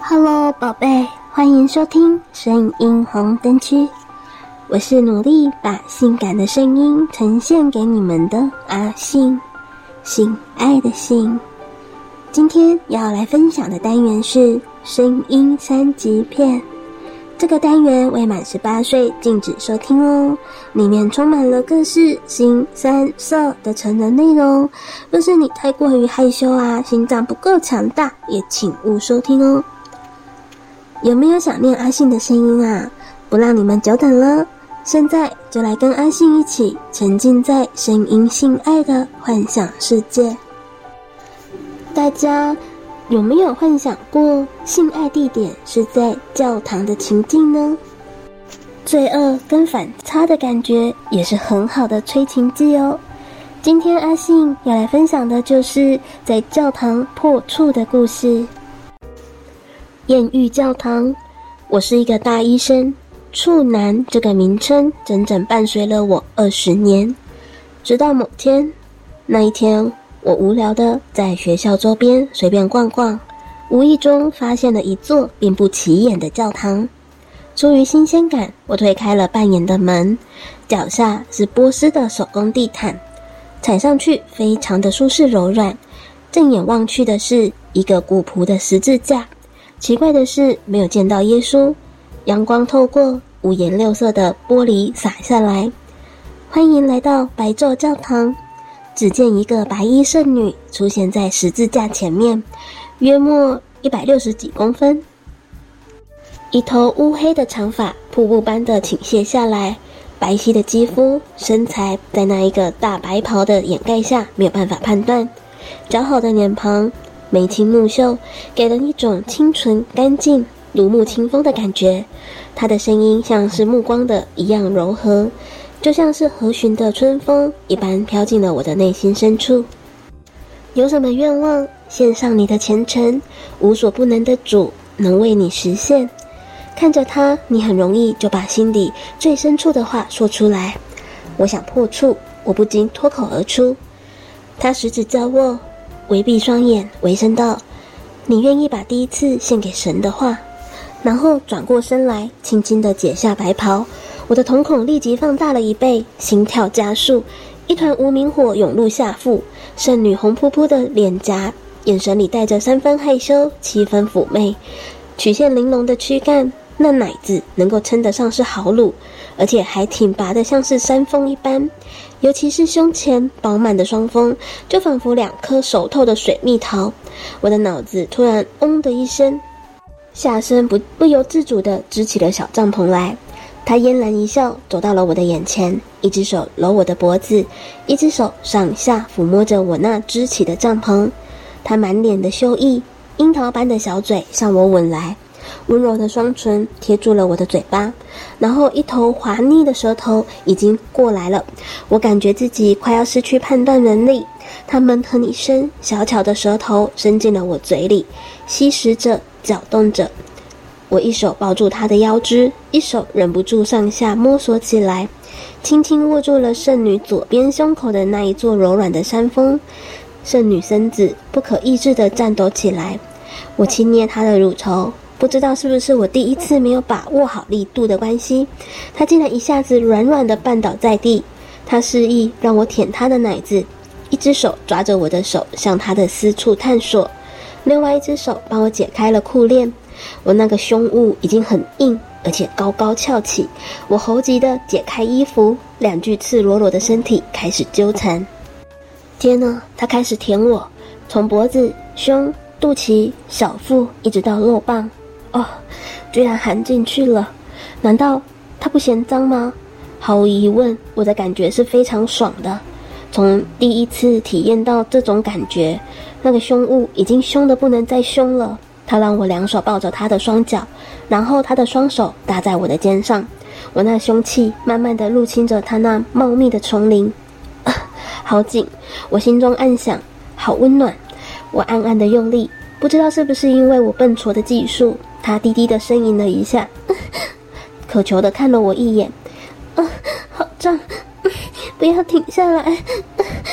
Hello， 宝贝，欢迎收听声音红灯区。我是努力把性感的声音呈现给你们的阿性，性爱的性。今天要来分享的单元是声音3级片。这个单元未满18岁禁止收听哦，里面充满了各式腥膻色的成人内容。若是你太过于害羞啊，心脏不够强大，也请勿收听哦。有没有想念阿性的声音啊？不让你们久等了，现在就来跟阿性一起沉浸在声音性爱的幻想世界。大家有没有幻想过性爱地点是在教堂的情境呢？罪恶跟反差的感觉也是很好的催情剂哦。今天阿性要来分享的就是在教堂破处的故事。艳遇教堂，我是一个大医生，处男这个名称整整伴随了我20年。直到某天，那一天我无聊的在学校周边随便逛逛，无意中发现了一座并不起眼的教堂。出于新鲜感，我推开了半掩的门，脚下是波斯的手工地毯，踩上去非常的舒适柔软。正眼望去的是一个古朴的十字架，奇怪的是没有见到耶稣。阳光透过五颜六色的玻璃洒下来。欢迎来到白昼教堂。只见一个白衣圣女出现在十字架前面，约莫160几公分，一头乌黑的长发瀑布般的倾泻下来，白皙的肌肤身材在那一个大白袍的掩盖下没有办法判断，姣好的脸庞，眉清目秀，给人一种清纯干净如沐清风的感觉。她的声音像是目光的一样柔和，就像是和煦的春风一般飘进了我的内心深处。有什么愿望，献上你的虔诚，无所不能的主能为你实现。看着他，你很容易就把心里最深处的话说出来。我想破处，我不禁脱口而出。他十指交握，微闭双眼，微声道：你愿意把第一次献给神的话？然后转过身来，轻轻地解下白袍。我的瞳孔立即放大了1倍，心跳加速，一团无名火涌入下腹。圣女红扑扑的脸颊，眼神里带着3分害羞7分妩媚，曲线玲珑的躯干，那奶子能够称得上是好乳，而且还挺拔的像是山峰一般，尤其是胸前饱满的双峰，就仿佛2颗熟透的水蜜桃。我的脑子突然嗡的一声，下身不由自主地支起了小帐篷来。他嫣然一笑，走到了我的眼前，一只手搂我的脖子，一只手上下抚摸着我那支起的帐篷。他满脸的羞意，樱桃般的小嘴向我吻来，温柔的双唇贴住了我的嘴巴，然后一头滑腻的舌头已经过来了。我感觉自己快要失去判断能力。他闷哼一声，小巧的舌头伸进了我嘴里，吸食着，搅动着。我一手抱住她的腰肢，一手忍不住上下摸索起来，轻轻握住了圣女左边胸口的那一座柔软的山峰。圣女身子不可抑制地颤抖起来。我轻捏她的乳头，不知道是不是我第一次没有把握好力度的关系，她竟然一下子软软地绊倒在地。她示意让我舔她的奶子，一只手抓着我的手向她的私处探索，另外一只手帮我解开了裤链。我那个胸部已经很硬，而且高高翘起。我猴急地解开衣服，2具赤裸裸的身体开始纠缠。天哪，他开始舔我，从脖子、胸、肚脐、小腹一直到肉棒。哦，居然含进去了。难道他不嫌脏吗？毫无疑问，我的感觉是非常爽的。从第一次体验到这种感觉，那个凶物已经凶得不能再凶了。他让我2手抱着他的双脚，然后他的双手搭在我的肩上，我那凶器慢慢地入侵着他那茂密的丛林。好紧，我心中暗想，好温暖。我暗暗地用力，不知道是不是因为我笨拙的技术，他低低地呻吟了一下，渴求地看了我一眼。好胀，不要停下来。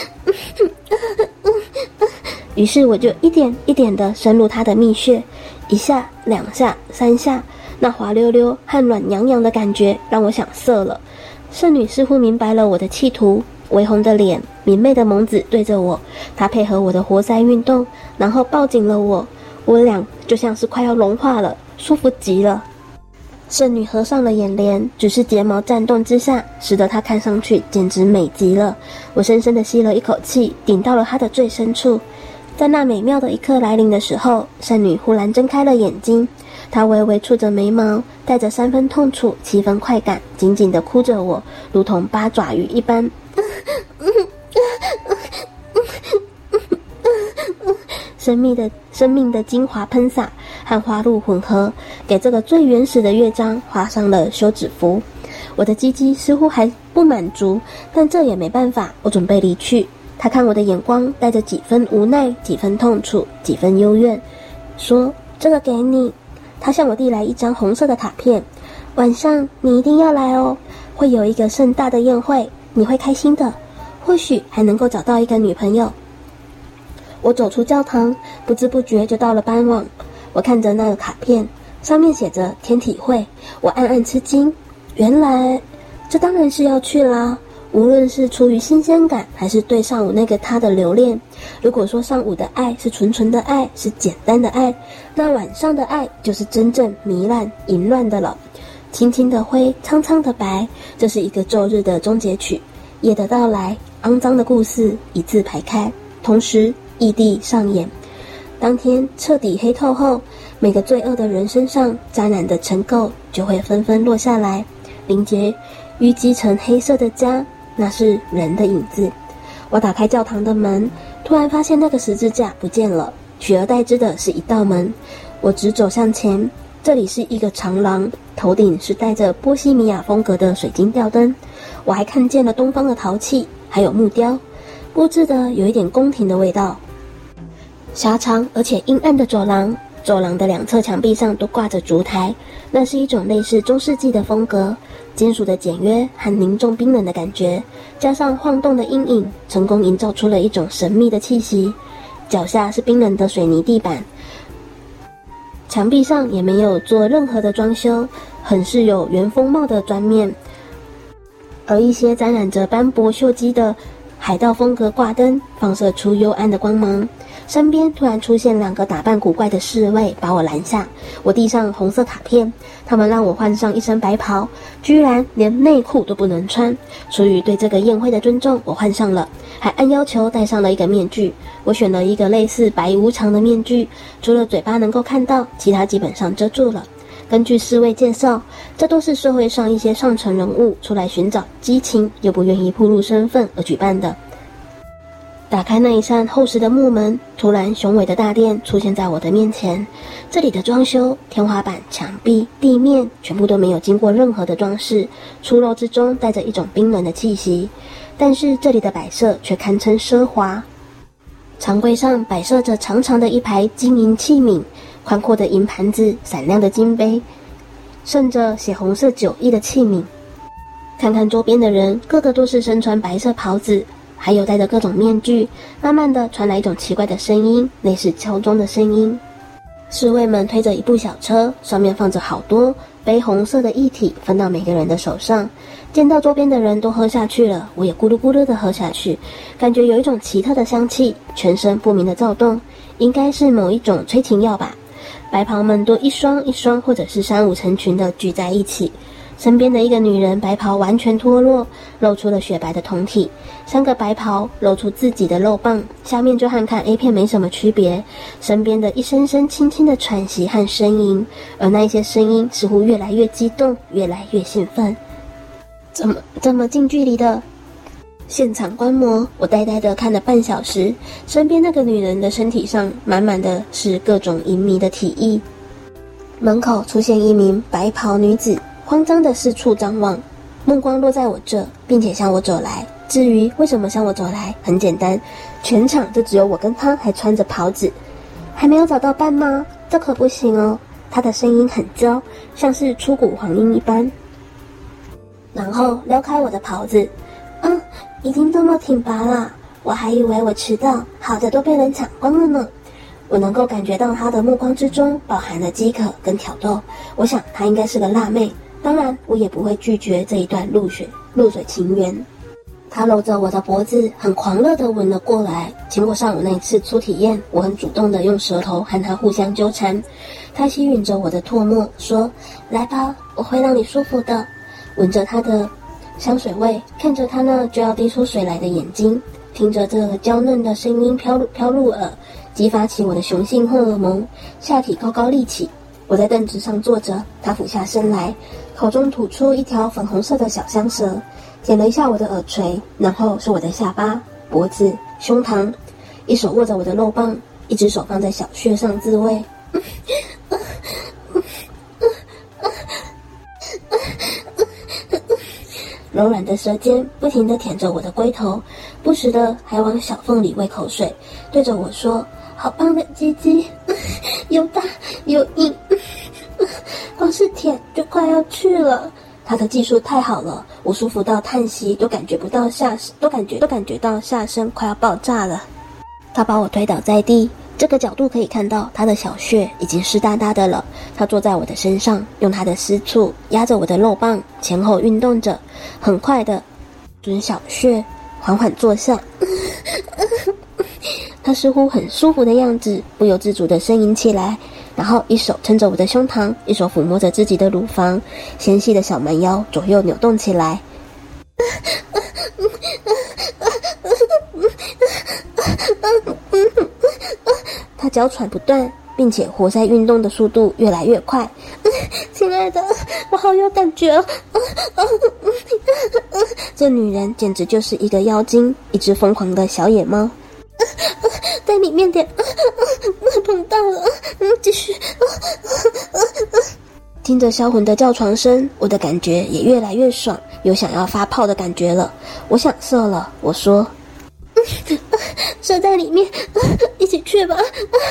于是我就一点一点地深入他的蜜穴， 一下、2下、3下，那滑溜溜和软洋洋的感觉让我想色了。圣女似乎明白了我的企图，微红的脸，明媚的眸子对着我，她配合我的活塞运动，然后抱紧了我，我俩就像是快要融化了，舒服极了。圣女合上了眼帘，只是睫毛颤动之下，使得她看上去简直美极了。我深深地吸了一口气，顶到了她的最深处。在那美妙的一刻来临的时候，圣女忽然睁开了眼睛，她微微蹙着眉毛，带着3分痛楚7分快感，紧紧地箍着我，如同8爪鱼一般。生命的精华喷洒和花露混合，给这个最原始的乐章画上了休止符。我的鸡鸡似乎还不满足，但这也没办法，我准备离去。他看我的眼光带着几分无奈，几分痛楚，几分幽怨，说：“这个给你。”他向我递来一张红色的卡片，晚上你一定要来哦，会有一个盛大的宴会，你会开心的，或许还能够找到一个女朋友。我走出教堂，不知不觉就到了傍晚。我看着那个卡片，上面写着天体会，我暗暗吃惊，原来这当然是要去啦。无论是出于新鲜感，还是对上午那个他的留恋，如果说上午的爱是纯纯的爱，是简单的爱，那晚上的爱就是真正糜烂淫乱的了。轻轻的灰，苍苍的白，这是一个昼日的终结曲。夜的到来，肮脏的故事一字排开，同时异地上演。当天彻底黑透后，每个罪恶的人身上沾染的尘垢就会纷纷落下来，凝结淤积成黑色的痂，那是人的影子。我打开教堂的门，突然发现那个十字架不见了，取而代之的是一道门。我直走向前，这里是一个长廊，头顶是带着波西米亚风格的水晶吊灯。我还看见了东方的陶器，还有木雕，布置的有一点宫廷的味道。狭长而且阴暗的走廊，走廊的2侧墙壁上都挂着烛台，那是一种类似中世纪的风格，金属的简约和凝重冰冷的感觉，加上晃动的阴影，成功营造出了一种神秘的气息。脚下是冰冷的水泥地板，墙壁上也没有做任何的装修，很是有原风貌的砖面，而一些沾染着斑驳锈迹的海盗风格挂灯放射出幽暗的光芒。身边突然出现2个打扮古怪的侍卫，把我拦下。我递上红色卡片，他们让我换上一身白袍，居然连内裤都不能穿。出于对这个宴会的尊重，我换上了，还按要求戴上了一个面具。我选了一个类似白无常的面具，除了嘴巴能够看到，其他基本上遮住了。根据侍卫介绍，这都是社会上一些上层人物出来寻找激情又不愿意暴露身份而举办的。打开那一扇厚实的木门，突然雄伟的大殿出现在我的面前。这里的装修，天花板、墙壁、地面全部都没有经过任何的装饰，出肉之中带着一种冰冷的气息。但是这里的摆设却堪称奢华，长柜上摆设着长长的一排金银器皿，宽阔的银盘子，闪亮的金杯，盛着血红色酒意的器皿。看看周边的人，个个都是身穿白色袍子，还有戴着各种面具。慢慢的传来一种奇怪的声音，类似敲钟的声音。侍卫们推着一部小车，上面放着好多杯红色的液体，分到每个人的手上。见到周边的人都喝下去了，我也咕噜咕噜的喝下去，感觉有一种奇特的香气，全身不明的躁动，应该是某一种催情药吧。白袍们都一双一双或者是3、5成群的聚在一起。身边的一个女人白袍完全脱落，露出了雪白的胴体，3个白袍露出自己的肉棒，下面就和看 A 片没什么区别。身边的一声声轻轻的喘息和呻吟，而那一些声音似乎越来越激动，越来越兴奋。这么近距离的现场观摩，我呆呆的看了半小时。身边那个女人的身体上满满的是各种淫靡的体液。门口出现一名白袍女子，慌张的四处张望，目光落在我这，并且向我走来。至于为什么向我走来，很简单，全场就只有我跟她还穿着袍子。还没有找到伴吗？这可不行哦。她的声音很娇，像是出谷黄莺一般。然后撩开我的袍子，已经这么挺拔了，我还以为我迟到，好的都被人抢光了呢。 我能够感觉到她的目光之中饱含了饥渴跟挑逗，我想她应该是个辣妹，当然我也不会拒绝这一段露水情缘。她搂着我的脖子，很狂热地吻了过来。经过上午那一次初体验，我很主动地用舌头和她互相纠缠。她吸吮着我的唾沫，说：“来吧，我会让你舒服的。”闻着她的香水味，看着她那就要滴出水来的眼睛，听着这娇嫩的声音飘入耳，激发起我的雄性荷尔蒙，下体高高立起。我在凳子上坐着，她俯下身来，口中吐出一条粉红色的小香舌，舔了一下我的耳垂，然后是我的下巴、脖子、胸膛，一手握着我的肉棒，一只手放在小穴上自慰。柔软的舌尖不停地舔着我的龟头，不时的还往小缝里喂口水，对着我说：“好棒的鸡鸡，又大又硬，光是舔就快要去了。”他的技术太好了，我舒服到叹息都感觉到下身快要爆炸了。他把我推倒在地，这个角度可以看到他的小穴已经湿哒哒的了。他坐在我的身上，用他的私处压着我的肉棒，前后运动着，很快的准小穴缓缓坐下。他似乎很舒服的样子，不由自主地呻吟起来，然后一手撑着我的胸膛，一手抚摸着自己的乳房，纤细的小蛮腰左右扭动起来。他娇喘不断，并且活塞运动的速度越来越快。亲爱的，我好有感觉哦！这女人简直就是一个妖精，一只疯狂的小野猫。在里面点，碰到了，继续。听着销魂的叫床声，我的感觉也越来越爽，有想要发泡的感觉了。我想射了，我说：“射在里面，一起去吧。”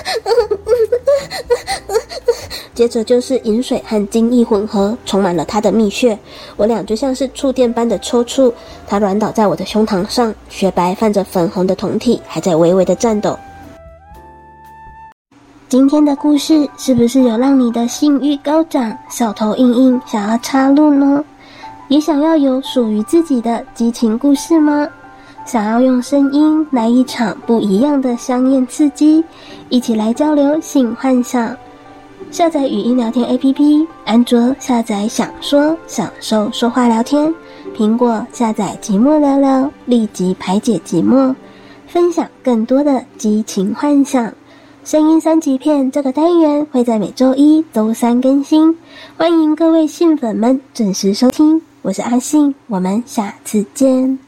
接着就是饮水和精液混合，充满了他的蜜穴，我俩就像是触电般的抽搐。他软倒在我的胸膛上，雪白泛着粉红的胴体还在微微的颤抖。今天的故事是不是有让你的性欲高涨，小头硬硬想要插入呢？也想要有属于自己的激情故事吗？想要用声音来一场不一样的香艳刺激，一起来交流性幻想。下载语音聊天 APP， 安卓下载享说享受说话聊天，苹果下载寂寞聊聊，立即排解寂寞，分享更多的激情幻想。声音3级片这个单元会在每周一、周三更新，欢迎各位性粉们准时收听。我是阿信，我们下次见。